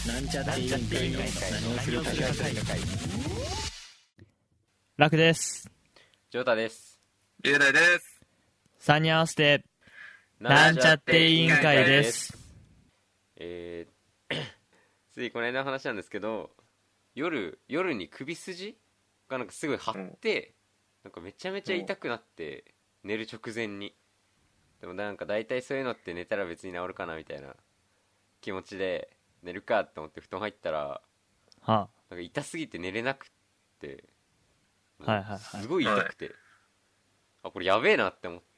なんちゃって委員会の何をするか会。 楽です。 ジョータです。 雄大です。 3人合わせてなんちゃって委員会です。 ついこの間の話なんですけど、夜に首筋がなんかすごい張って、なんかめちゃめちゃ痛くなって、寝る直前に。でもなんか大体そういうのって寝たら別に治るかなみたいな気持ちで寝るかって思って布団入ったら、なんか痛すぎて寝れなくって、すごい痛くて、あ、これやべえなって思って、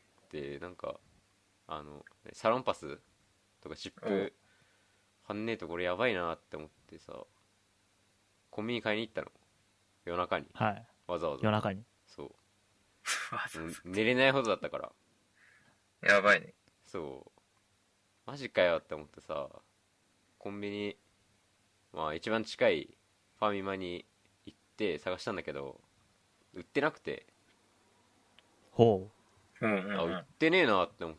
なんかサロンパスとか湿布はんねえとこれやばいなって思ってさ、コンビニ買いに行ったの、夜中に、わざわざ夜中に。 そう寝れないほどだったから。 やばいね。 そうマジかよって思ってさ、コンビニ、まあ一番近いファミマに行って探したんだけど売ってなくて、 ほう、売ってねえなって思って、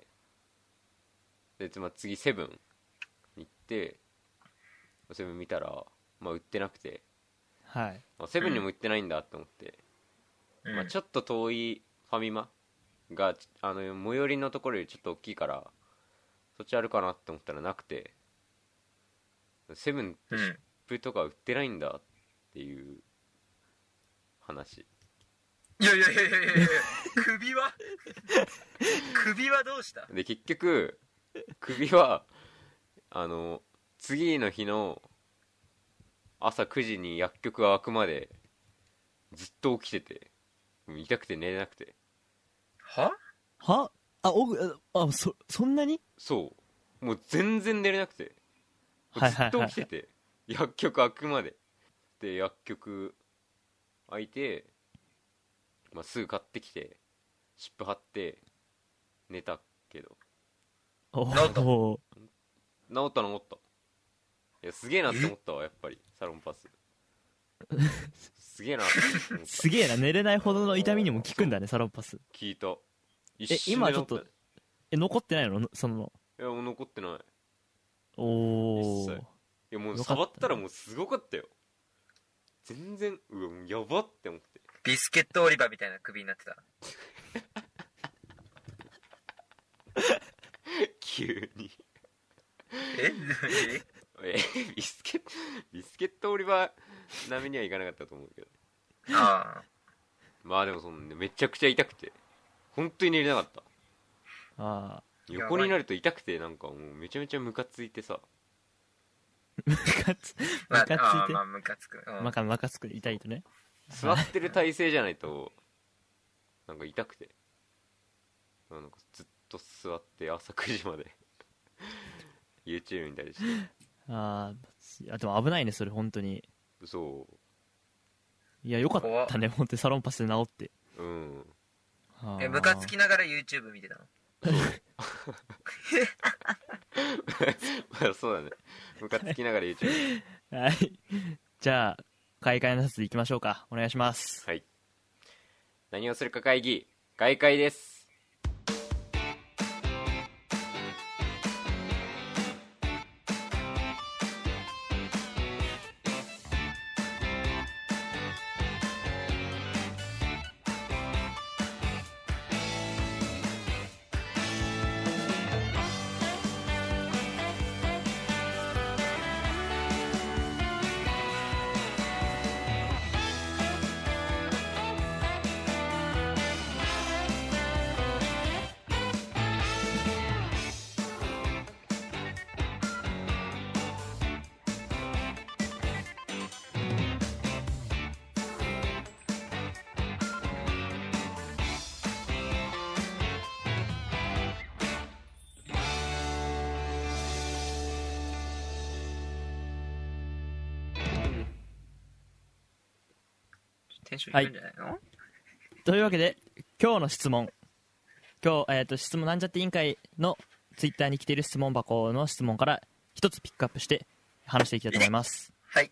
で、次セブンに行ってセブン見たら、まあ売ってなくて、セブンにも売ってないんだって思って、まあ、ちょっと遠いファミマが最寄りのところよりちょっと大きいからそっちあるかなって思ったらなくて、セブンって湿布とか売ってないんだっていう話。 いや首はどうした？ で結局首は次の日の朝9時に薬局が開くまでずっと起きてて、痛くて寝れなくて。 そんなに？ そうもう全然寝れなくて、ずっと起きてて、薬局開くまでで、薬局開いて、まあ、すぐ買ってきて湿布貼って寝たけど治ったいやすげえなって思ったわ、やっぱりサロンパスすげえなって思った。 すげえな、寝れないほどの痛みにも効くんだね、サロンパス。 効いた。 今ちょっと残ってないの？その、 いやもう残ってない。 一切。 いやもう触ったらもうすごかったよ。全然もうやばって思って。 ビスケットオリバーみたいな首になってた急にビスケットオリバー並みにはいかなかったと思うけどまあでもめちゃくちゃ痛くて本当に寝れなかった。横になると痛くて、なんかもうめちゃめちゃムカついてさ。 ムカついて、 ムカつく痛いとね。 座ってる体勢じゃないとなんか痛くて、なんかずっと座って朝9時までYouTube 見たりして。 でも危ないねそれ、本当に。いやよかったね、本当にサロンパスで治って。 ムカつきながら YouTube 見てたの？ まあそうだね、ムカつきながら YouTube はい、じゃあ開会のやついきましょうか。お願いします。 はい、何をするか会議開会です。 テンションいくんじゃないの？ というわけで今日の質問、質問なんちゃって委員会のツイッターに来ている質問箱の質問から一つピックアップして話していきたいと思います。 はい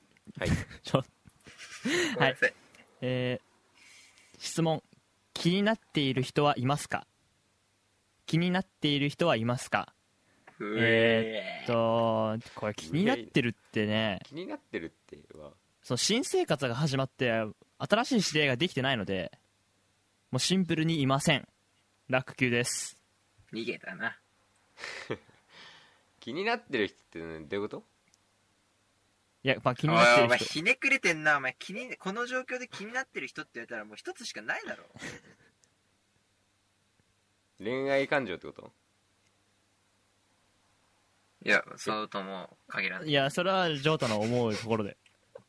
はい、質問、気になっている人はいますか？気になっている人はいますか？ これ気になってるってね、 気になってるってはその新生活が始まって新しい知り合いができてないので、もうシンプルにいません。落球です。 逃げたな。 気になってる人ってどういうこと？ いや、まあ、気になってお前る人、 ひねくれてんな。お前この状況で気になってる人って言われたらもう一つしかないだろ。 恋愛感情ってこと？ いや、そうとも限らない。 いや、それはジョータの思うところで。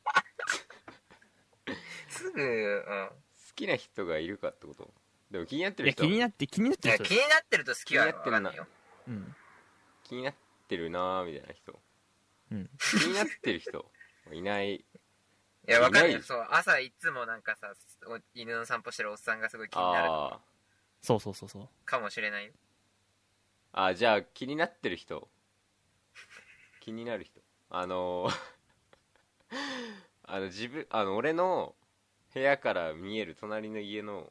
すぐ、うん。 好きな人がいるかってこと？でも気になっていや、 る人、 気になってるいや、 人気になってると好きは分かんないよ。 うん。 気になってるなーみたいな人、 うん。 気になってる人いない。 いや、分かんないよ。 いないそう、朝いつもなんかさ、犬の散歩してるおっさんがすごい気になるあそうそうそうそう。 かもしれないよ。 あ、じゃあ気になってる人、気になる人、俺の部屋から見える隣の家の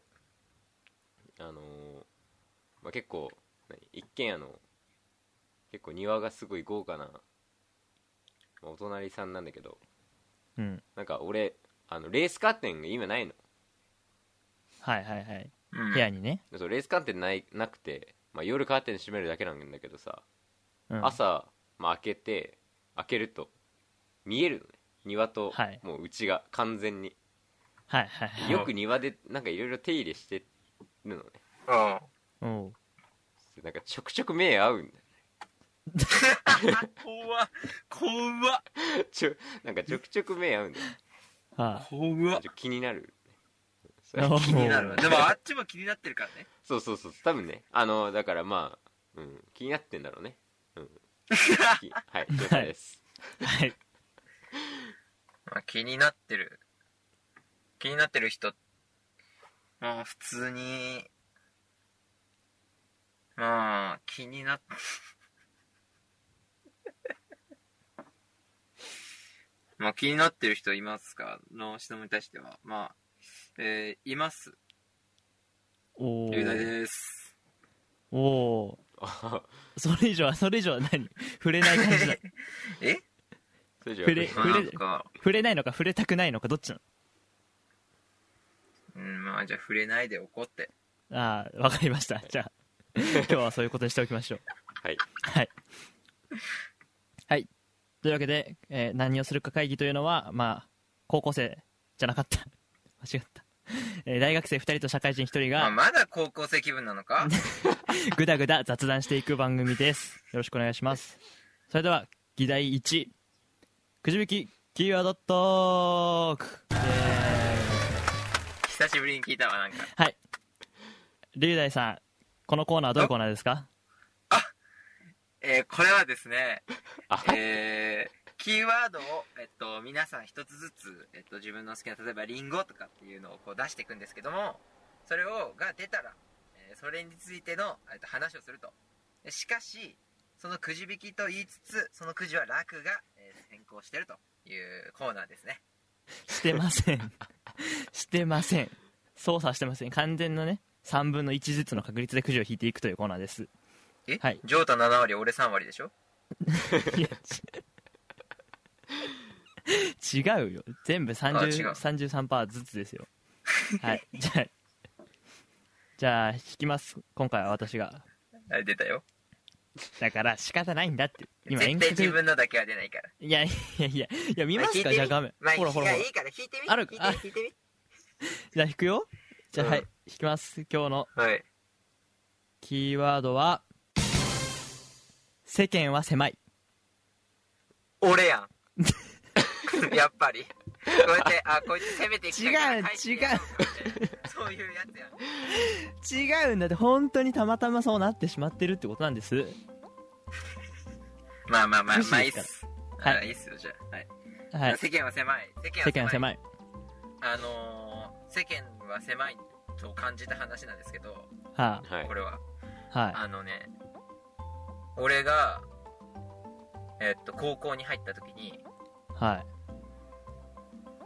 まあ、結構一軒家の結構庭がすごい豪華な、まあ、お隣さんなんだけど、 うん。 なんか俺レースカーテンが今ないの。 はいはいはい。 うん、 部屋にね。 そうレースカーテンなくて、まあ、夜カーテン閉めるだけなんだけどさ、 うん、 朝、まあ、開けると見えるのね、庭と、 はい、 もう内が完全に、 はいはいはい。 よく庭でなんかいろいろ手入れしてるのね。 おう。 なんかちょくちょく目合うんだよ。 怖っなんかちょくちょく目合うんだよ。 はあ、 怖っ気になる。 おう気になるわ。でもあっちも気になってるからね。 そう多分ね、だからまあ、うん、気になってんだろうね。うんはい了解です。 はい。 まあ、気になってる人、まあ普通に、まあ気になっまあ気になってる人いますかの質問に対しては、まあ、います。 お龍大です。 おお。それ以上は何？触れない感じだ。 え？ 触れないのか触れたくないのかどっちなの？ まあじゃあ触れないでおこうって。 ああ、わかりました。じゃあ今日はそういうことにしておきましょう。 はいはいはい。というわけで、何をするか会議というのは、まあ高校生じゃなかった間違った、大学生2人と社会人1人が、 まだ高校生気分なのかぐだぐだ雑談していく番組です。よろしくお願いします。それでは議題1、くじ引きキーワードトーク。 久しぶりに聞いたわ。なんかはい、龍大さん、このコーナーはどういうコーナーですか？ これはですね、 あキーワードを、皆さん一つずつ、自分の好きな、例えばリンゴとかっていうのをこう出していくんですけども、それが出たら、それについての、話をすると。しかしそのくじ引きと言いつつ、そのくじは楽が、先行してるというコーナーですね。 してませんしてません。操作してません。完全のね、3分の1ずつの確率でくじを引いていくというコーナーです。はい。 ジョータ7割俺3割でしょ。 いや違うよ、全部33%ずつですよ。はい、じゃあ引きます。今回は私が。 出たよ。 だから仕方ないんだって。今絶対自分のだけは出ないから。 いや見ますか？じゃあ画面、 まあ、 ほらいいから引いてみ。 ある引いてみ。 じゃあ引くよ。じゃあ、はい、引きます。今日のキーワードは、世間は狭い。 俺やんやっぱりこうやって、こいつ攻めていきたいから違うそういうやつやん。 違うんだって。本当にたまたまそうなってしまってるってことなんです。 まあいいっす。 はい、 いいっすよ。じゃあ、 はい、 世間は狭い。 世間は狭い。 世間は狭いと感じた話なんですけど、 はあ、 これは、 はい、 俺が高校に入った時に、 はい、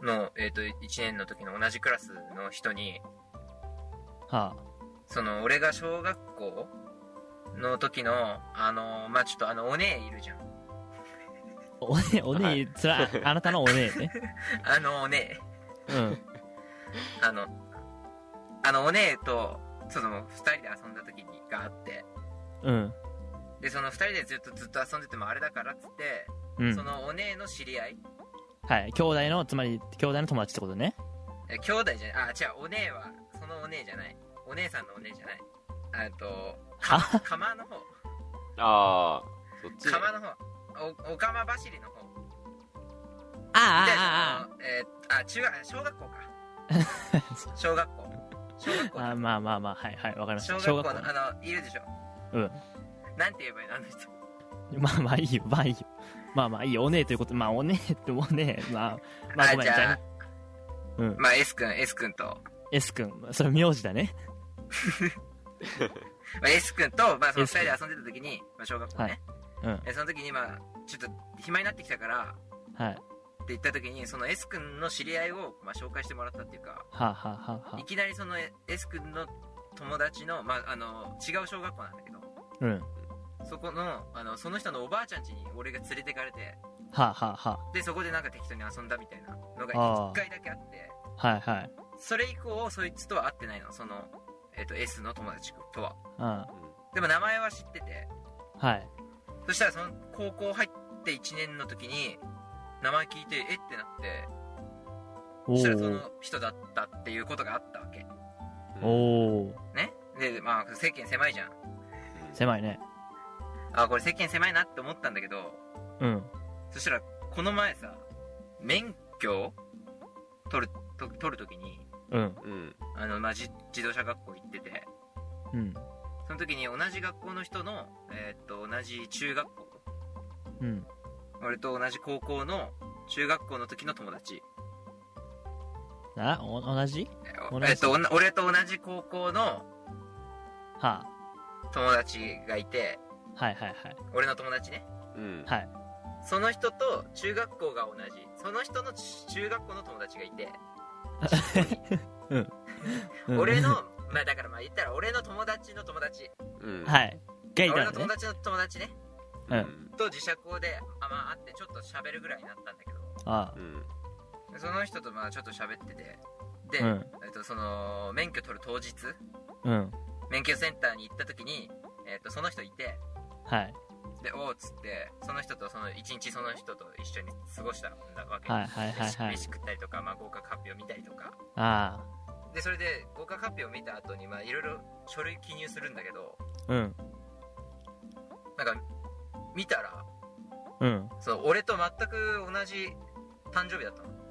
の1年の時の同じクラスの人に、 はあ、 その俺が小学校の時のまあちょっとお姉いるじゃん。 おねそれはあなたのおねね。 お姉うん。 お姉とその2人で遊んだ時があって、 うん。 でその2人でずっと遊んでてもあれだからっつって、 うん。 そのお姉の知り合い、 はい。つまり兄弟の友達ってことね。 兄弟じゃない、違う、お姉はそのお姉じゃない、お姉さんのお姉じゃない、釜の方、 ああそっち釜の方、お釜走りの方、中学小学校か小学校まあはいはいわかりました。 小学校のいるでしょ。 うん。 なんて言えばいいの、あの人。 まあいいよまあいいよ、お姉ということ、まあお姉ってお姉、まあごめん、 じゃあうん。 まあ S 君と S 君、それ名字だね。 まあ S 君と、まあ、その2人で遊んでた時に、まあ、小学校ね、 はい、 その時にまあちょっと暇になってきたから、 はい、 って言った時にその S 君の知り合いを、まあ、紹介してもらったっていうか、いきなりその S 君の友達の、まあ、違う小学校なんだけど、 うん、 そこの、その人のおばあちゃん家に俺が連れてかれて、でそこでなんか適当に遊んだみたいなのが1回だけあって、 はいはい、 それ以降そいつとは会ってないの、その、S の友達とは、でも名前は知ってて、 はい、 そしたらその高校入って1年の時に名前聞いてえってなって、そしたらその人だったっていうことがあったわけ。ね、でまあ世間狭いじゃん。 狭いね。 これ世間狭いなって思ったんだけど、 うん。 そしたらこの前さ、免許を取る時に、 うん。 まあ、自動車学校行ってて、 うん。 その時に同じ学校の人の、同じ中学校、 うん。 俺と同じ高校の中学校の時の友達。 同じ？ 俺と同じ高校の友達がいて、 はいはいはい。 俺の友達ね。 うん。 はい。 その人と中学校が同じ、その人の中学校の友達がいて、 うん。 俺の、まあだからまあ言ったら俺の友達の友達。 はい。 俺の友達の友達ね。 うん。 と自社校で会ってちょっと喋るぐらいになったんだけど。その人とまあちょっと喋ってて、で、その免許取る当日、免許センターに行った時に、その人いて、 はい。 でおーっつってその人と一日その人と一緒に過ごしたわけ。飯食ったりとか、まあ、合格発表見たりとか。でそれで合格発表を見た後にまあいろいろ書類記入するんだけど、なんか見たら、そう俺と全く同じ誕生日だったの。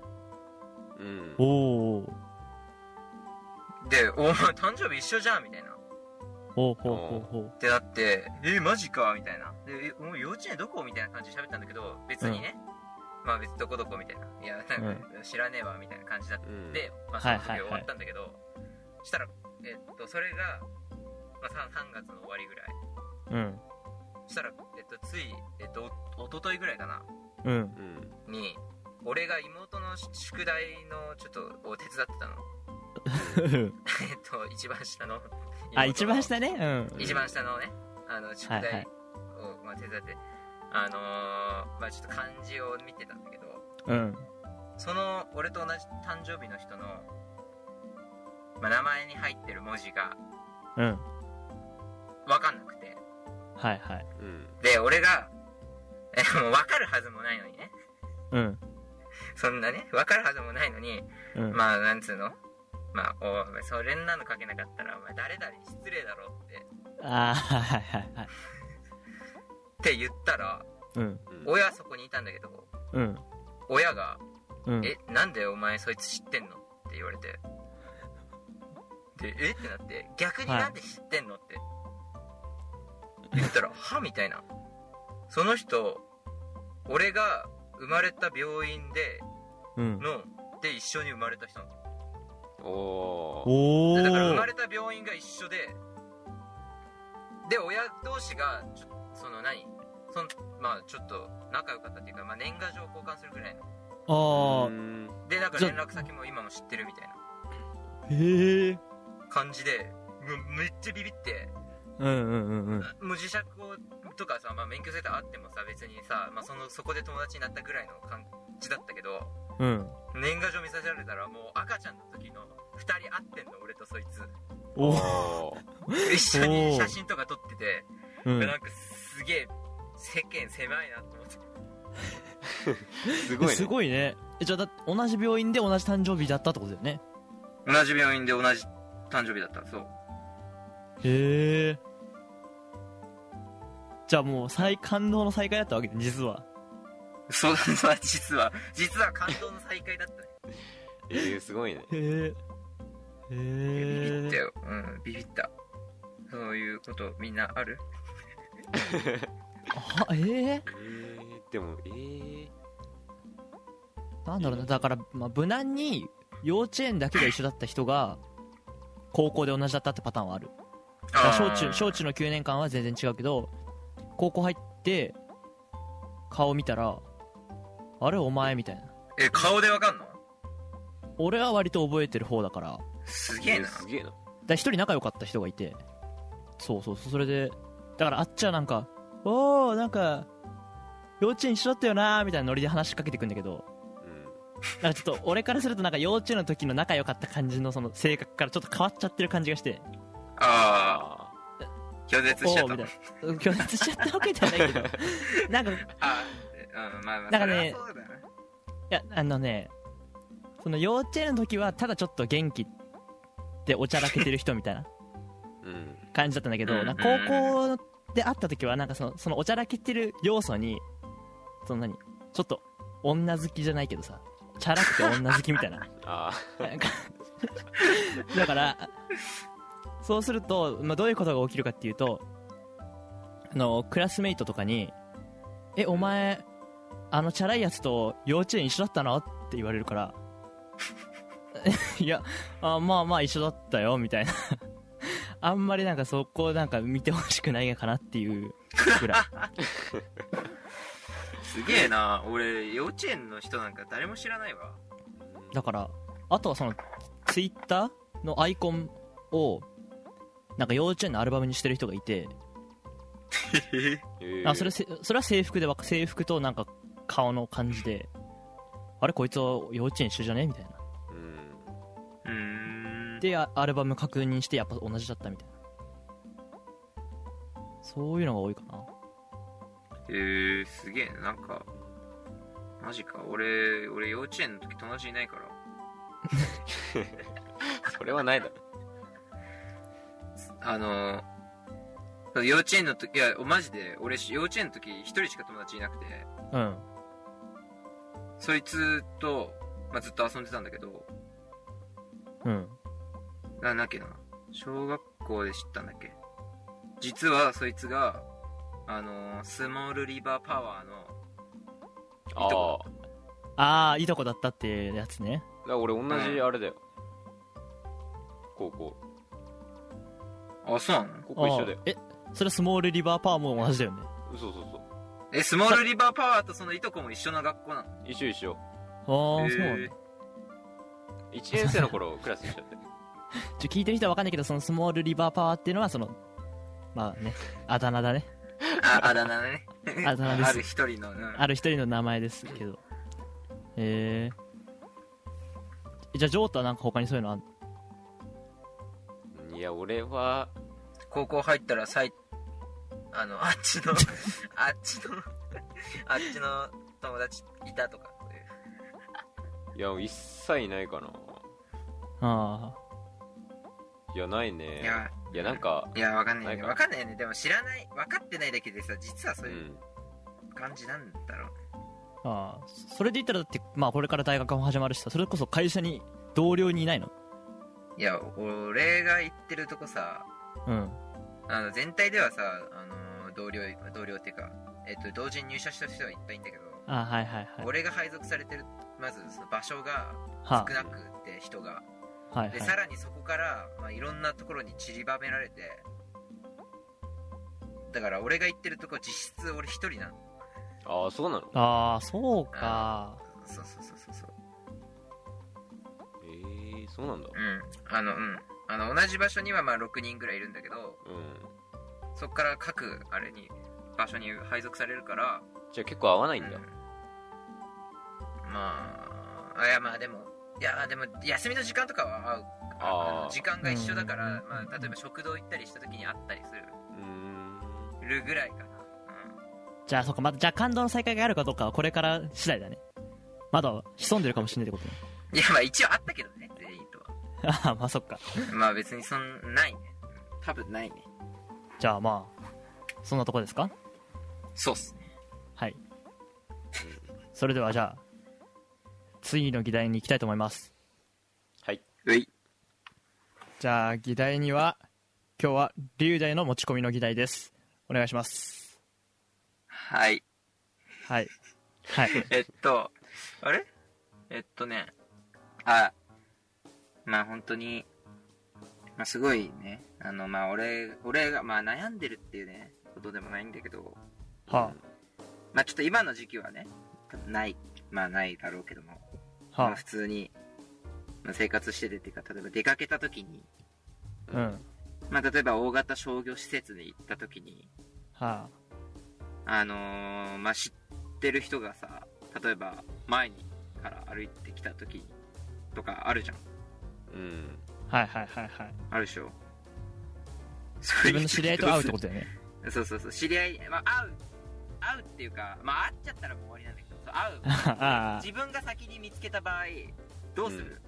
でお前誕生日一緒じゃんみたいな。ってなって、マジかみたいな。で、もう幼稚園どこみたいな感じで喋ったんだけど、別にね、まあ別にどこどこみたいな。いや、なんか知らねえわみたいな感じだって、まあその時終わったんだけど、したら、それが、まあ3月の終わりぐらい。したら、つい、おとといぐらいかな。に、俺が妹の宿題のちょっとを手伝ってたの。一番下の一番下ね、 一番下のね、宿題を、まあ、手伝って、まあちょっと漢字を見てたんだけど、その俺と同じ誕生日の人の、まあ、名前に入ってる文字が分かんなくて、で俺がもう分かるはずもないのにね、そんなね分かるはずもないのに、まあなんつうの、まあ、お前それなの書けなかったらお前誰々に失礼だろってって言ったら、親はそこにいたんだけど、親が、なんでお前そいつ知ってんのって言われて、でってなって、逆になんで知ってんのって言ったらはみたいな。その人俺が生まれた病院でで一緒に生まれた人なの。だから生まれた病院が一緒で親同士がまあちょっと仲良かったっていうか、まあ、年賀状交換するぐらいので、なんか連絡先も今も知ってるみたいな感じで、めっちゃビビって、 うんうんうんうんもう自社校とかさ、まあ、免許センターあってもさ別にさ、まあ、そこで友達になったぐらいの感じだったけど、 うん年賀状見させられたらもう赤ちゃんの時の2人会ってんの、俺とそいつおおー一緒に写真とか撮ってて、 うんなんかすげえ世間狭いなと思ってすごいね。 すごいね。じゃあだって同じ病院で同じ誕生日だったってことだよね。 同じ病院で同じ誕生日だった。そうへえ。じゃあもう感動の再会だったわけで、実は。 そう実は感動の再会だったね。 すごいね。 へえ。へえ。 ビビったよ。うんビビった。そういうことみんなある？ でもなんだろうな、だから、まあ、無難に幼稚園だけが一緒だった人が高校で同じだったってパターンはある。だから小中の9年間は全然違うけど、高校入って顔見たら、あれお前みたいな。 顔でわかんの？ 俺は割と覚えてる方だから。 すげえな。 すげえな。 一人仲良かった人がいて、そうそれで、だからあっちはなんか、おーなんか幼稚園一緒だったよなーみたいなノリで話しかけてくんだけど、なんかちょっと俺からするとなんか幼稚園の時の仲良かった感じのその性格からちょっと変わっちゃってる感じがして、 ああ拒絶しちゃったおーみたいな、拒絶しちゃったわけじゃないけどなんかまあなんかね、 それはそうだな。 いやその幼稚園の時はただちょっと元気でおちゃらけてる人みたいな感じだったんだけど、なんか高校で会った時はなんかそのおちゃらけてる要素にちょっと女好きじゃないけどさ、チャラくて女好きみたいななんかだからそうすると、まあ、どういうことが起きるかっていうと、クラスメイトとかにお前チャラいやつと幼稚園一緒だったのって言われるからいやまあ一緒だったよみたいなあんまりなんかそこなんか見てほしくないかなっていうぐらいすげえな。俺幼稚園の人なんか誰も知らないわ。 だからあとはそのツイッターのアイコンをなんか幼稚園のアルバムにしてる人がいてそれは制服となんか顔の感じで、あれこいつは幼稚園一緒じゃねみたいな。でアルバム確認してやっぱ同じだったみたいな、そういうのが多いかな。 すげえな。なんかマジか。俺幼稚園の時友達いないからそれはないだろ。幼稚園の時、いやマジで俺幼稚園の時一人しか友達いなくて、そいつと、まあ、ずっと遊んでたんだけど、なんだっけな、小学校で知ったんだっけ。実はそいつがスモールリバーパワーのいとこ。 いとこだったっていうやつね。 だから俺同じあれだよ、高校。 そうなの？ 高校一緒だよ。 それスモールリバーパワーも同じだよね。 そうスモールリバーパワーとそのいとこも一緒の学校なの？ 一緒。 そうなんだ。 1年生の頃クラス一緒だったよ。 聞いてる人は分かんないけど、そのスモールリバーパワーっていうのはまあね、あだ名だね。 あだ名ね。 あだ名です。 ある一人の、 ある一人の名前ですけど。じゃあジョータはなんか他にそういうのあんの？ いや俺は高校入ったらあっちの友達いたとか。 いや一切ないかな。いやないね。いやなんかわかんないね。わかんないね。でも知らない、分かってないだけでさ、実はそういう感じなんだろう。 それで言ったらだって、まあこれから大学も始まるしさ、それこそ会社に同僚にいないの？ いや俺が行ってるとこさ、全体ではさ、同僚っていうか、同時に入社した人はいっぱいいんだけど、俺が配属されてるまずその場所が少なくて人が、でさらにそこから、まあ、いろんなところに散りばめられて、だから俺が行ってるとこ実質俺一人なの。 そうなの？ そうか。 そうそうなんだ。 同じ場所にはまあ6人ぐらいいるんだけど、 そっから各あれに場所に配属されるから。 じゃあ結構合わないんだ。 まあいやまあでも休みの時間とかは時間が一緒だから、まあ、例えば食堂行ったりした時に会ったりするぐらいかな。 じゃあそっか、じゃあ感動の再会があるかどうかはこれから次第だね。まだ潜んでるかもしれないってことね。 いやまあ一応あったけどね、全員とは。 ああまあそっか。 まあ別にないね。多分ないね。 じゃあまあそんなとこですか。 そうっすね。 はい。それではじゃあ次の議題に行きたいと思います。 はい。 じゃあ議題には今日は龍大の持ち込みの議題です。お願いします。 はいはいあれまあ本当にまあすごいね、まあ俺がまあ悩んでるっていうねことでもないんだけど、 はあ、 まあちょっと今の時期はねないだろうけども、 はあ、 まあ普通に生活しててっていうか、例えば出かけた時に、まあ例えば大型商業施設に行った時に、 はあまあ知ってる人がさ、例えば前にから歩いてきた時とかあるじゃん。 はいあるでしょ。 自分の知り合いと会うってことだよね。 そう知り合い、まあ会うっていうか、まあ会っちゃったらもう終わりなんだけど、会う自分が先に見つけた場合どうする、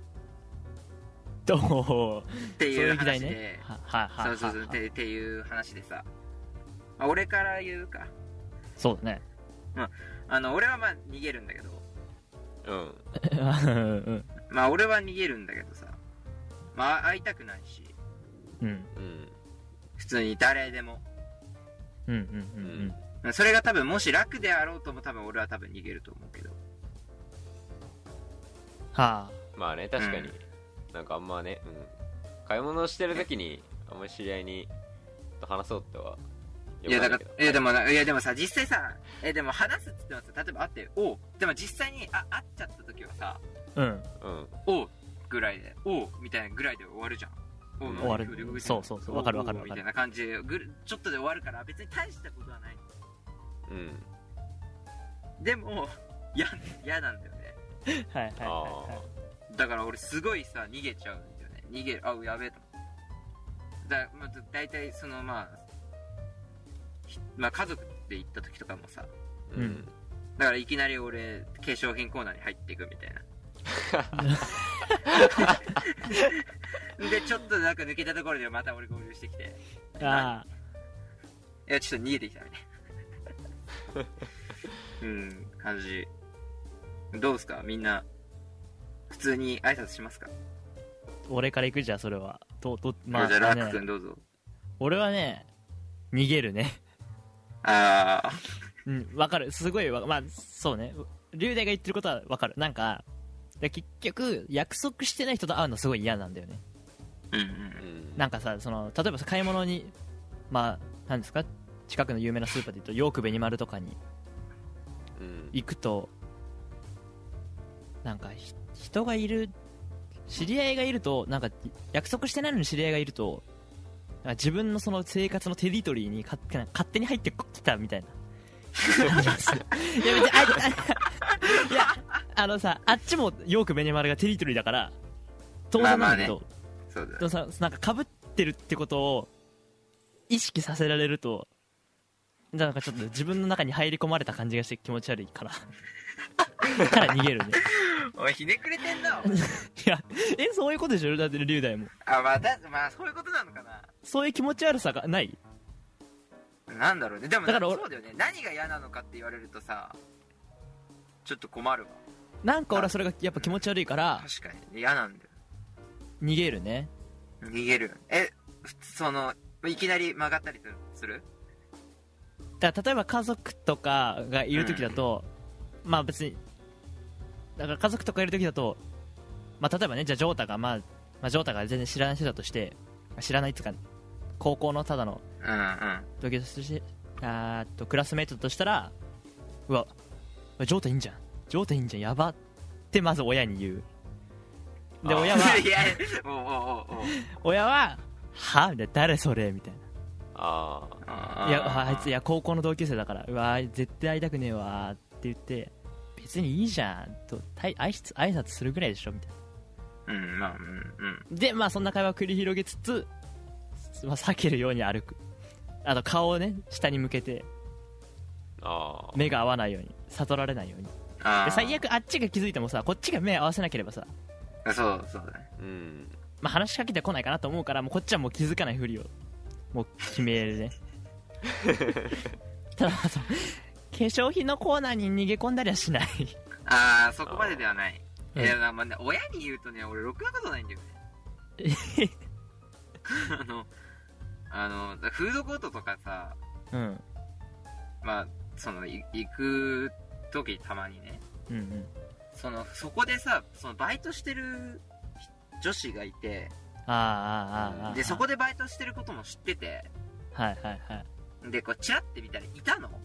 っていう話で、そうっていう話でさ、まあ、俺から言うか。 そうだね。 俺はまあ逃げるんだけど、 うんまあ俺は逃げるんだけどさ、まあ会いたくないし、普通に誰でも、それが多分もし楽であろうとも多分俺は多分逃げると思うけど。 はあ。 まあね、確かに、なんかあんまね、買い物をしてる時にあんまり知り合いにと話そうってはいやでもさ、実際さ、でも話すっつってもさ、例えば会ってでも実際に会っちゃった時はさ、ぐらいでみたいなぐらいで終わるじゃん。 終わる。そうわかるみたいな感じでちょっとで終わるから、別に大したことはない。でも嫌なんだよね。 はいだから俺すごいさ逃げちゃうんだよね。やべえと。だいたいそのまあ家族で行った時とかもさ、だからいきなり俺化粧品コーナーに入っていくみたいな。でちょっとなんか抜けたところでまた俺合流してきて、いやちょっと逃げてきたみたいな感じ。どうですかみんな、普通に挨拶しますか？ 俺から行くじゃん、それは。 まあ、じゃあラック君どうぞ。 俺はね、逃げるね。わかる。すごいまあそうね、龍大が言ってることはわかる。なんか結局約束してない人と会うのすごい嫌なんだよね。なんかさ、例えばさ、買い物になんですか、近くの有名なスーパーで言うとヨークベニマルとかに行くと、なんか人がいる、知り合いがいると、なんか約束してないのに知り合いがいると、自分のその生活のテリトリーに勝手に入ってきたみたいな。いやあっちもヨークベニマルがテリトリーだから当然なんだけど、なんか被ってるってことを意識させられると、なんかちょっと自分の中に入り込まれた感じがして気持ち悪いからから逃げるね。 おいひねくれてんな。 いやそういうことでしょ。だって龍大もまあそういうことなのかな。 そういう気持ち悪さがない。 なんだろうね。でもだからそうだよね。何が嫌なのかって言われるとさ、ちょっと困るわ。 なんか俺はそれがやっぱ気持ち悪いから、 確かに嫌なんだよ。 逃げるね。 逃げる。いきなり曲がったりする？ 例えば家族とかがいる時だと、まあ別にだから家族とかいる時だと、例えばね、じゃあジョータがジョータが全然知らない人だとして、知らないっていうか高校のただの同級生としてクラスメイトとしたら、ジョータいいんじゃんやばってまず親に言う。で親はは誰それみたいあいやあいついや高校の同級生だからうわ絶対会いたくねえわって言って別にいいじゃんと挨拶するぐらいでしょみたいな。 まあでまあそんな会話を繰り広げつつ、まあ、避けるように歩く。あと顔をね下に向けて目が合わないように悟られないように。で最悪あっちが気づいてもさこっちが目合わせなければさそうだね。 まあ話しかけてこないかなと思うからもうこっちはもう気づかないふりをもう決めるねただその化粧品のコーナーに逃げ込んだりはしないそこまでではない。いや、まあね、親に言うとね、俺ろくなことないんだよね。フードコートとかさ、まあ行く時たまにね、そこでさ、バイトしてる女子がいて、でそこでバイトしてることも知ってて、でこうチラって見たらいたの。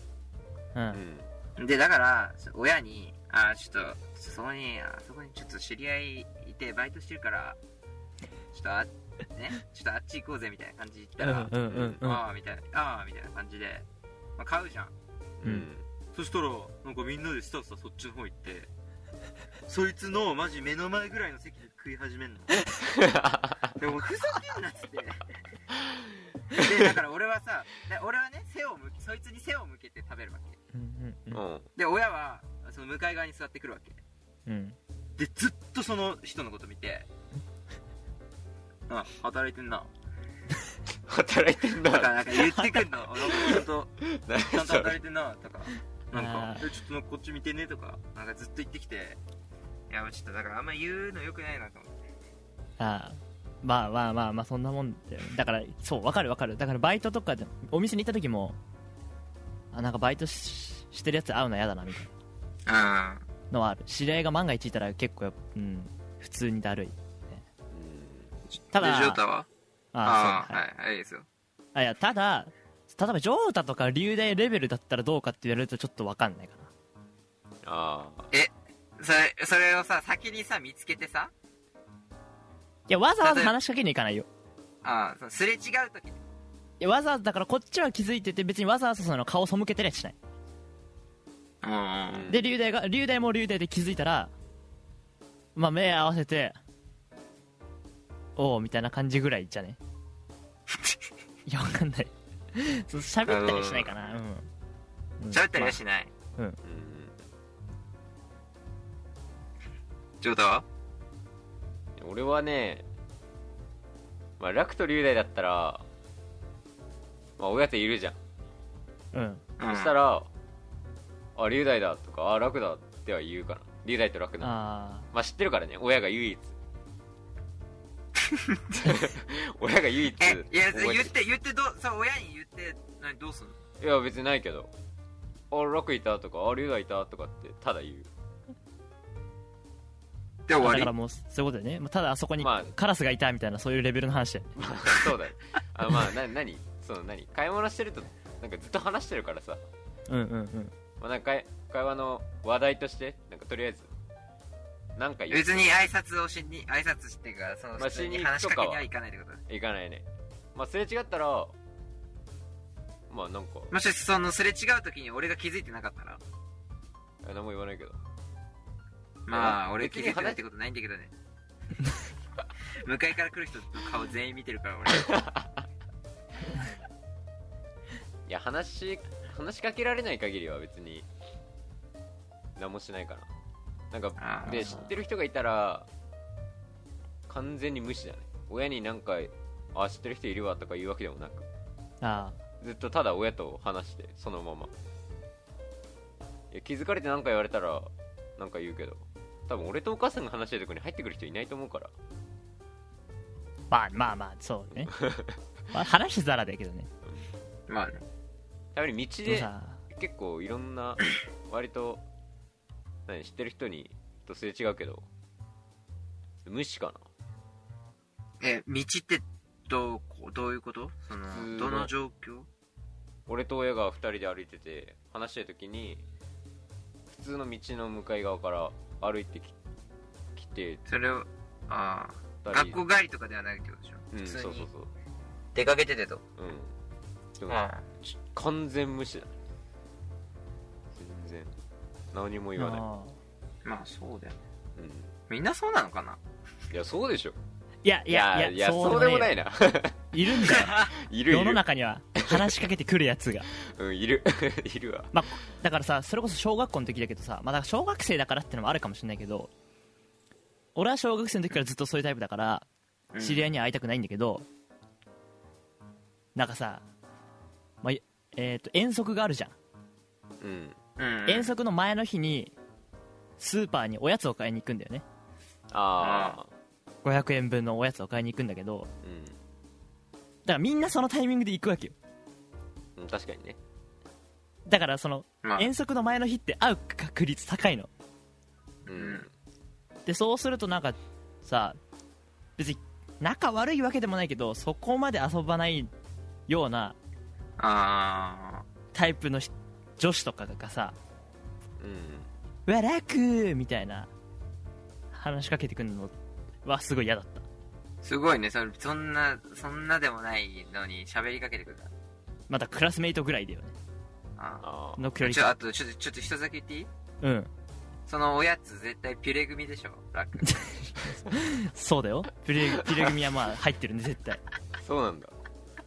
でだから親にちょっとそこにちょっと知り合いいてバイトしてるからちょっとあっち行こうぜみたいな感じで言ったら、みたいな感じで、まあ、買うじゃん。そしたらなんかみんなでスタッフさそっちの方行ってそいつのマジ目の前ぐらいの席で食い始めんのでもふざけんなっつってでだから俺はねそいつに背を向けて食べるわけ。で親はその向かい側に座ってくるわけ。でずっとその人のこと見て働いてんな働いてんなとかなんか言ってくんのちゃんと働いてんなとかなんかちょっとこっち見てねとかなんかずっと言ってきて、いやちょっとだからあんま言うのよくないなと思って。 まあそんなもんだよね。だからそうわかるだからバイトとかでお店に行った時もなんかバイトしてるやつ会うの嫌だなみたいなのはある。知り合いが万が一いたら結構普通にだるい、ね、ただジョータははいいですよ。 いやただ例えばジョータとか龍大レベルだったらどうかって言われるとちょっとわかんないかな。 それをさ先にさ見つけてさ、 いやわざわざ話しかけに行かないよ。 すれ違う時に、 いやわざわざだからこっちは気づいてて別にわざわざその顔背けてりゃしない。で龍大も龍大で気づいたらまあ目合わせておうみたいな感じぐらいじゃねいやわかんない喋ったりしないかな。 喋ったりはしない。ジョータは俺はね、まあ楽と龍大だったらまあ親といるじゃん。そしたら龍大だとか楽だっては言うかな。龍大と楽だ。まあ知ってるからね、親が唯一親が唯一いや言ってそう親に言ってどうすんの。 いや別にないけど楽いたとか龍大いたとかってただ言うで終わり。 だからもうそういうことだよね。ただあそこにカラスがいたみたいなそういうレベルの話だよね。 そうだよ。何買い物してるとなんかずっと話してるからさ。まあなんか会話の話題としてなんかとりあえずなんか別に挨拶してからその普通に話しかけには行かないってこと。 行かないね。まあすれ違ったらまあなんかもしそのすれ違う時に俺が気づいてなかったら何も言わないけど。 まあ俺気づいてないってことないんだけどね向かいから来る人の顔全員見てるから俺いや話しかけられない限りは別に何もしないかな。なんかで知ってる人がいたら完全に無視だね。親になんか知ってる人いるわとか言うわけでもなくずっとただ親と話してそのまま。いや気づかれて何か言われたらなんか言うけど多分俺とお母さんが話してるとこに入ってくる人いないと思うから。 まあそうね話しざらだけどね。 まあねたまに道で結構いろんな割と知ってる人とすれ違うけど無視かな。 道ってどういうこと？どの状況？ 俺と親が2人で歩いてて話してる時に普通の道の向かい側から歩いてきて、 それを学校帰りとかではないってことでしょ。普通に出かけててと。 でも完全無視だ。全然何も言わない。 まあそうだよね。 うん。 みんなそうなのかな。 いやそうでしょ。 いやそうでもないな。 いるんだよ。 いる世の中には話しかけてくるやつが。 いるいるわ。 まあだからさ、それこそ小学校の時だけどさ、まあだから小学生だからってのもあるかもしれないけど、俺は小学生の時からずっとそういうタイプだから知り合いには会いたくないんだけど、なんかさ、まあ遠足があるじゃん。遠足の前の日にスーパーにおやつを買いに行くんだよね。500円分のおやつを買いに行くんだけど、だからみんなそのタイミングで行くわけよ。 確かにね。 だからその遠足の前の日って会う確率高いの。でそうするとなんかさ、別に仲悪いわけでもないけど、そこまで遊ばないようなタイプの女子とかがさ、うわ楽みたいな話しかけてくるのはすごい嫌だった。 すごいね。そんなでもないのに喋りかけてくる。 またクラスメイトぐらいだよね。の距離感。 あとちょっと一つだけ言っていい？そのおやつ絶対ピュレ組でしょ、ラック。 そうだよ。ピュレ組はまあ入ってるね、絶対。 そうなんだ。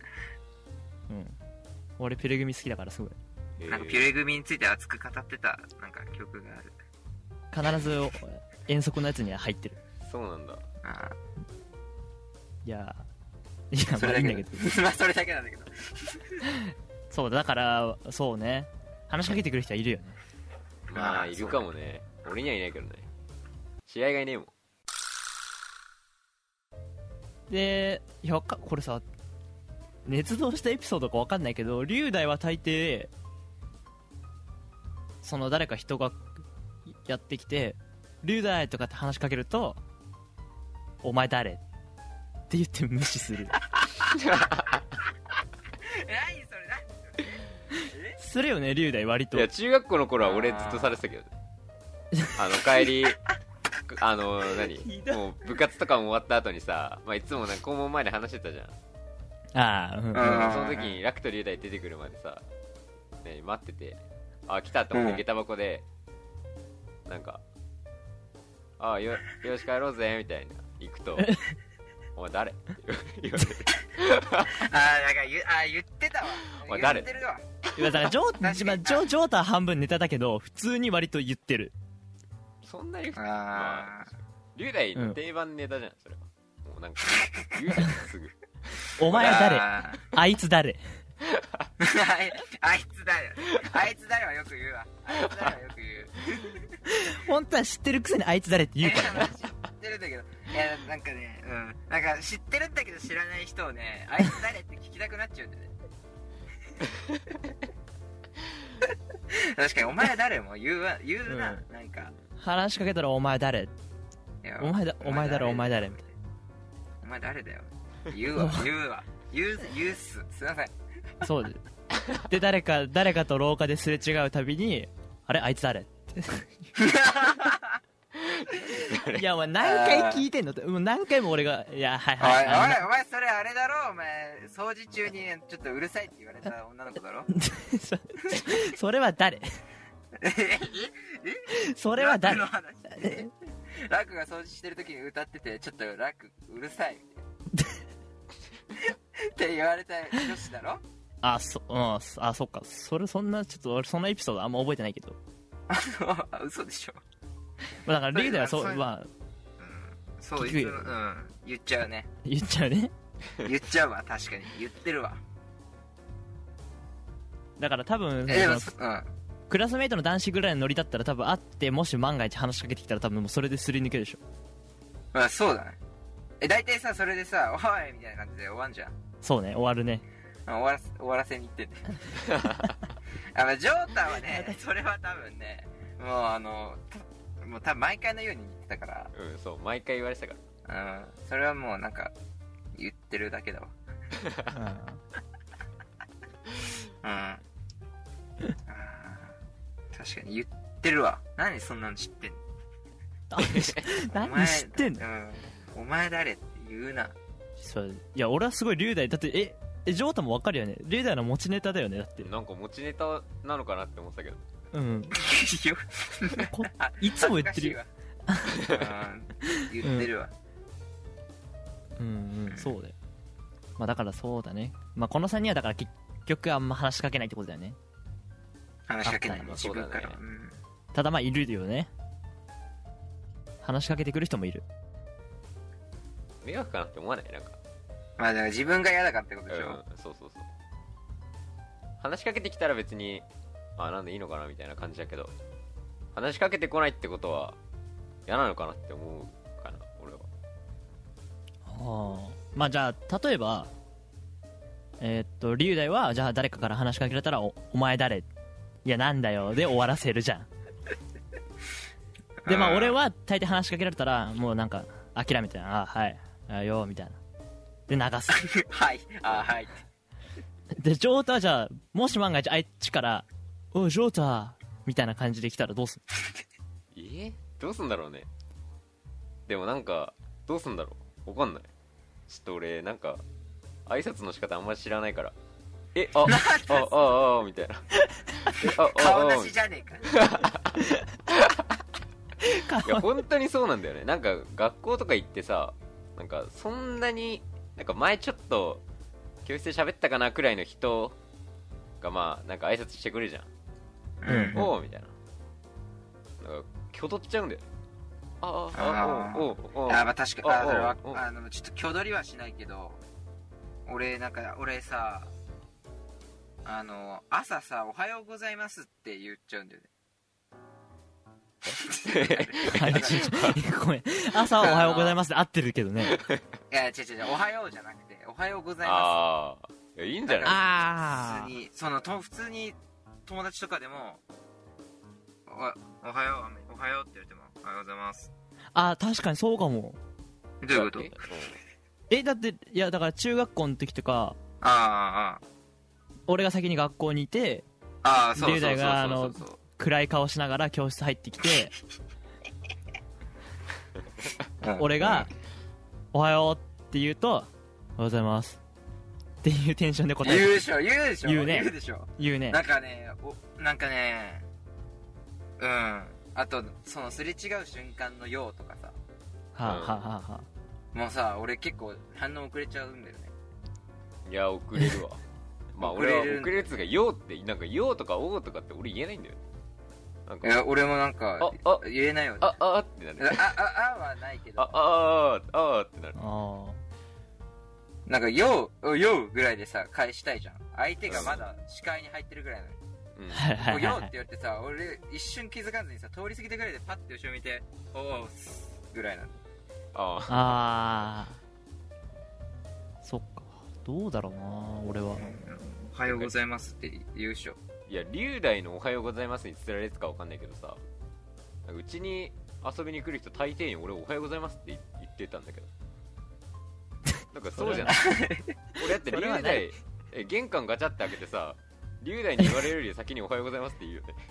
俺ピュレ組好きだからすごい。 なんかピュレ組について熱く語ってたなんか記憶がある。 必ず遠足のやつには入ってる。 そうなんだ。 いやまあいいんだけど。 まあそれだけなんだけど。 そうだからそうね、話しかけてくる人はいるよね。 まあいるかもね。俺にはいないけどね。試合がいねえもん。 でこれさ、捏造したエピソードか分かんないけど、龍大は大抵その誰か人がやってきて龍大とかって話しかけると、お前誰って言って無視する。 何それするよね、龍大割と。 いや中学校の頃は俺ずっとされてたけど、帰り何もう部活とかも終わった後にさ、いつもなんか校門前で話してたじゃん。その時にラクと龍大出てくるまでさ、待ってて、来たと思って下駄箱でなんかよし帰ろうぜみたいな行くとお前誰って言われる。 なんか言ってたわ。 お前誰？ 言ってるわ。 だからジョータは半分ネタだけど普通に割と言ってる。 そんなに龍大の定番ネタじゃんそれは。もうなんか言うじゃんすぐ。 お前誰？あいつ誰？ あいつ誰はよく言うわ。あいつ誰はよく言う。 本当は知ってるくせにあいつ誰って言うからね。 知ってるんだけど、なんかね、なんか知ってるんだけど知らない人をね、あいつ誰って聞きたくなっちゃうんだよね。確かにお前誰も言うな、なんか話しかけたらお前誰？お前誰みたいな。 お前誰だよ。言うっす。すいません。 そうで。で誰かと廊下ですれ違うたびに、あれあいつ誰？いやお前何回聞いてんのって、もう何回も俺がお前それあれだろ、お前掃除中にちょっとうるさいって言われた女の子だろ。 それは誰？それは誰？ ラクが掃除してる時に歌ってて、ちょっとラクうるさいって言われた女子だろ。 そっか。そんなちょっと俺そんなエピソードあんま覚えてないけど。 嘘でしょ。 だからリーダーはそうそう言っちゃうね。 言っちゃうね。 言っちゃうわ、確かに言ってるわ。 だから多分クラスメイトの男子ぐらいのノリだったら多分会って、もし万が一話しかけてきたら多分もうそれですり抜けるでしょ。 そうだね。大体さそれでさおいみたいな感じで終わんじゃん。 そうね、終わるね。 終わらせに行ってんね。ジョータはね、それは多分ね、もう多分毎回のように言ってたから。 そう毎回言われてたから。それはもうなんか言ってるだけだわ。確かに言ってるわ。何そんなの知ってんの？ 何知ってんの？ お前誰って言うな。 いや俺はすごい龍大だってジョータも分かるよね。リュウダイの持ちネタだよね。だってなんか持ちネタなのかなって思ってたけど。 うんいつも言ってるよ。 言ってるわ。 そうだよ。まあだからそうだね。まあこの3人はだから結局あんま話しかけないってことだよね。 話しかけないね、 あ自分からは。 ただまあいるよね。話しかけてくる人もいる。 迷惑かなって思わない？なんかまあだから自分が嫌だからってことでしょ。 そうそうそう。話しかけてきたら別になんでいいのかなみたいな感じだけど、話しかけてこないってことは嫌なのかなって思うかな、俺は。 まあじゃあ例えば龍大はじゃあ誰かから話しかけられたら お前誰、いやなんだよで終わらせるじゃん。でまあ俺は大抵話しかけられたらもうなんか諦めて、はいよみたいなで流すはいはいでジョータはじゃあもし万が一あっちからおいジョータみたいな感じで来たらどうする？ どうすんだろうね。でもなんかどうすんだろう、わかんない。ちょっと俺なんか挨拶の仕方あんまり知らないから、みたいな顔なしじゃねえか。 いや本当にそうなんだよね。なんか学校とか行ってさ、なんかそんなになんか前ちょっと教室で喋ったかなくらいの人がまあなんか挨拶してくれるじゃん。おうみたいな、なんか挙動っちゃうんだよ。 まあ確かにちょっと挙取りはしないけど、俺さ朝さおはようございますって言っちゃうんだよね。 ごめん、朝おはようございますで合ってるけどね。 いや違うおはようじゃなくておはようございます。 いいんじゃない。普通に友達とかでもおはようって言われてもおはようございます。 確かにそうかも。 どういうこと？ だっていやだから中学校の時とか俺が先に学校にいて龍大が暗い顔しながら教室入ってきて俺がおはようって言うとおはようございますっていうテンションで答える。 言うでしょ言うねなんかねあとそのすれ違う瞬間のようとかさ、もうさ俺結構反応遅れちゃうんだよね。 いや遅れるわ。まあ俺は遅れるやつがよってなんかよとかおうとかって俺言えないんだよ。なんかいや俺もなんか言えないよね。 ってなる。 はないけどってなる。 なんかようぐらいでさ返したいじゃん。相手がまだ視界に入ってるぐらいなのに。よって言われてさ、俺一瞬気づかずにさ通り過ぎたぐらいでパッて後ろ見ておおぐらいなの。 そっか、どうだろうな俺は。 おはようございますって言うでしょ。 いや龍大のおはようございますに伝えられてたかわかんないけどさ、うちに遊びに来る人大抵に俺おはようございますって言ってたんだけどなんかそうじゃない俺だって龍大玄関ガチャって開けてさ、龍大に言われるより先におはようございますって言うよね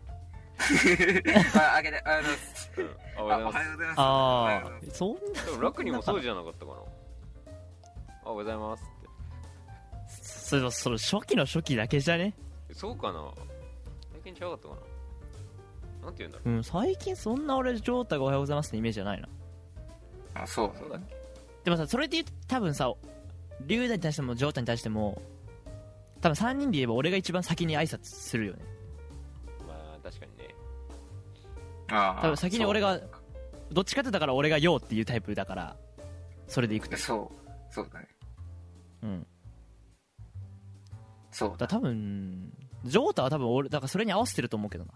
開けておはようございます。 そんな楽にもそうじゃなかったかな。おはようございますって。 それ初期の初期だけじゃね。 そうかな、最近違かったかな。なんて言うんだろう。 最近そんな俺ジョータがおはようございますってイメージじゃないな。 そうだっけ。 でもさそれで言うと多分さ龍大に対してもジョータに対しても多分3人で言えば俺が一番先に挨拶するよね。 まあ確かにね。 多分先に俺がどっちかってだから俺がようっていうタイプだからそれでいくとそうだね。 そうだ多分ジョータは多分俺だからそれに合わせてると思うけどな。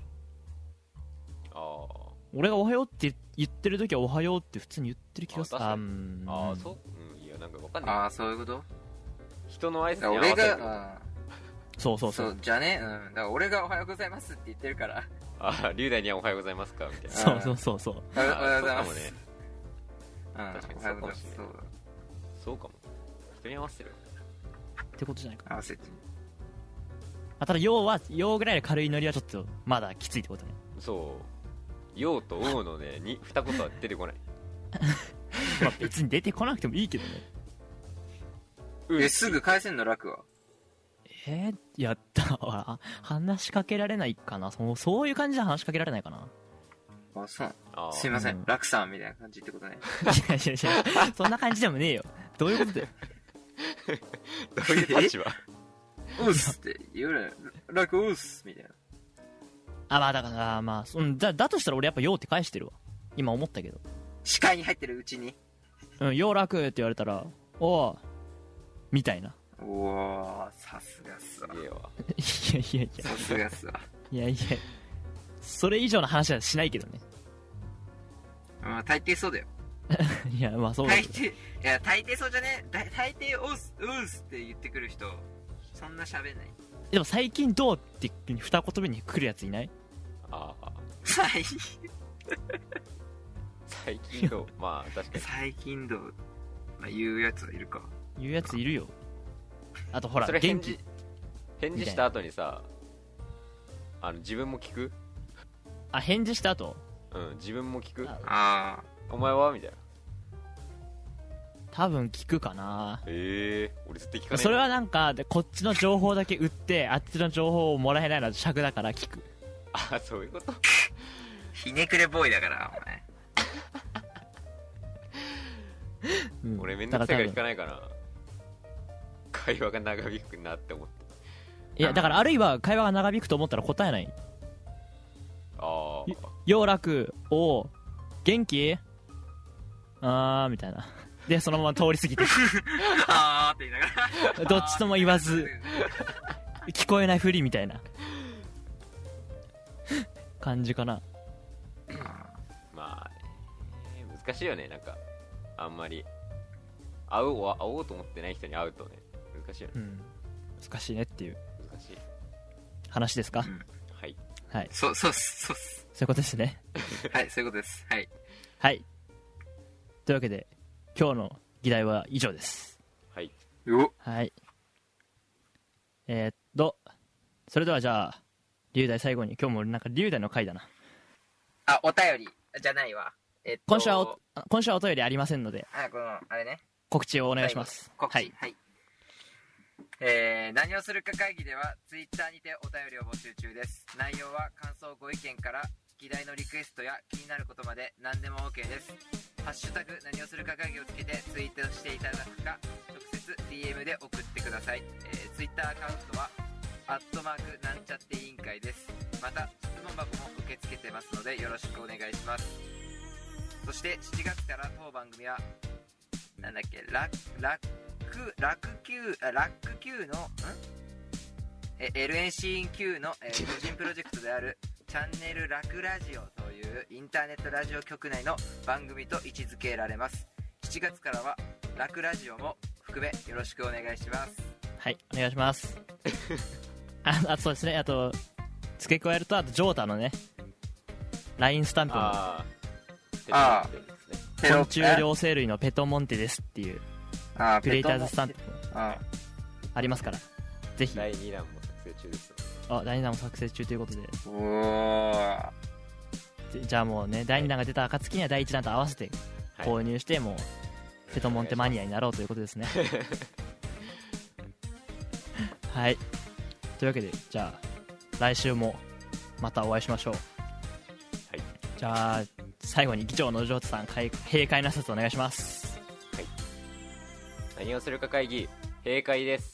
俺がおはようって言ってる時はおはようって普通に言ってる気がする。 そう、いやなんかわかんない。 そういうこと。 人の挨拶に合わせる。 そうじゃね、だから俺がおはようございますって言ってるから。 龍大にはおはようございますかみたいな。 そうおはようございます。 確かにそうかもしれない。そうかも。人に合わせてるってことじゃないかな。 合わせて。 ただようぐらいの軽いノリはちょっとまだきついってことね。 そうようとおうのね二言は出てこないまあ別に出てこなくてもいいけどね。 すぐ返せんの楽は。 いやだから話しかけられないかな。そういう感じで話しかけられないかな。 あ、そうあーすいません、 うん楽さんみたいな感じってことね。 いやいやいやそんな感じでもねえよ。どういうことだよ。 どういう立場？ うっすって言うのよ。楽うっすみたいな。 まあだからまあだとしたら俺やっぱようって返してるわ。今思ったけど。 視界に入ってるうちに。 よう楽って言われたらおうみたいな。 おお、さすがっすわ。 すげえわ。 いやいやさすがっすわ。 いやいやそれ以上の話はしないけどね。 まあ大抵そうだよ。 いやまあそうだけど。 大抵そうじゃね。大抵うっすって言ってくる人そんな喋んない。 でも最近どうって二言目に来るやついない？ ああ、 最最近どう？まあ確かに。 最近どう、まあ、言うやつはいるか。 言うやついるよ。あとほらそれ元気返事した後にさ、自分も聞く？ 返事した後自分も聞く？ あお前はみたいな。 多分聞くかな。 俺絶対聞かない。 それはなんかでこっちの情報だけ売ってあっちの情報をもらえないのは尺だから聞く。 あ、そういうこと。 ひねくれボーイだからお前。 俺めんどくさいから聞かないかな。会話が長引くなって思って。 いやだからあるいは会話が長引くと思ったら答えない。 ああ。 よう楽おう元気みたいなでそのまま通り過ぎてあーって言いながらどっちとも言わず聞こえないふりみたいな感じかな。 まあ、難しいよね。なんかあんまり会おうと思ってない人に会うとね、難しいよね。 難しいねっていう難しい話ですか。 はいはい、 そうっすそういうことですね。 はいそういうことです。はいはいというわけで今日の議題は以上です。 はい。 はい。それではじゃあ龍大最後に、今日もなんか龍大の回だな。 あ、お便りじゃないわ。 今週はお便りありませんので、 このあれね、 告知をお願いします。 告知、 はい。 何をするか会議ではツイッターにてお便りを募集中です。内容は感想ご意見から議題のリクエストや気になることまで何でも OK です。ハッシュタグ何をするか会議をつけてツイートしていただくか直接 DM で送ってください。ツイッターアカウントはなんちゃって委員会です。また質問箱も受け付けてますのでよろしくお願いします。そして7月から当番組はなんだっけ、ラック Q のLNC9 の、個人プロジェクトであるチャンネルラクラジオというインターネットラジオ局内の番組と位置づけられます。7月からはラクラジオも含めよろしくお願いします。 はい、お願いします。そうですね。あと付け加えると、あとジョータのね LINE スタンプも昆虫両生類のペトモンテですっていうクリエイターズスタンプもありますから、ぜひ。 第2弾も作成中です。 第2弾も作成中ということで、 おじゃあもうね、第2弾が出た暁には第1弾と合わせて購入して、もうペトモンテマニアになろうということですね。はい、というわけで、じゃあ来週もまたお会いしましょう。 はい、 じゃあ最後に議長のジョータさん、閉会の挨拶お願いします。 はい、何をするか会議閉会です。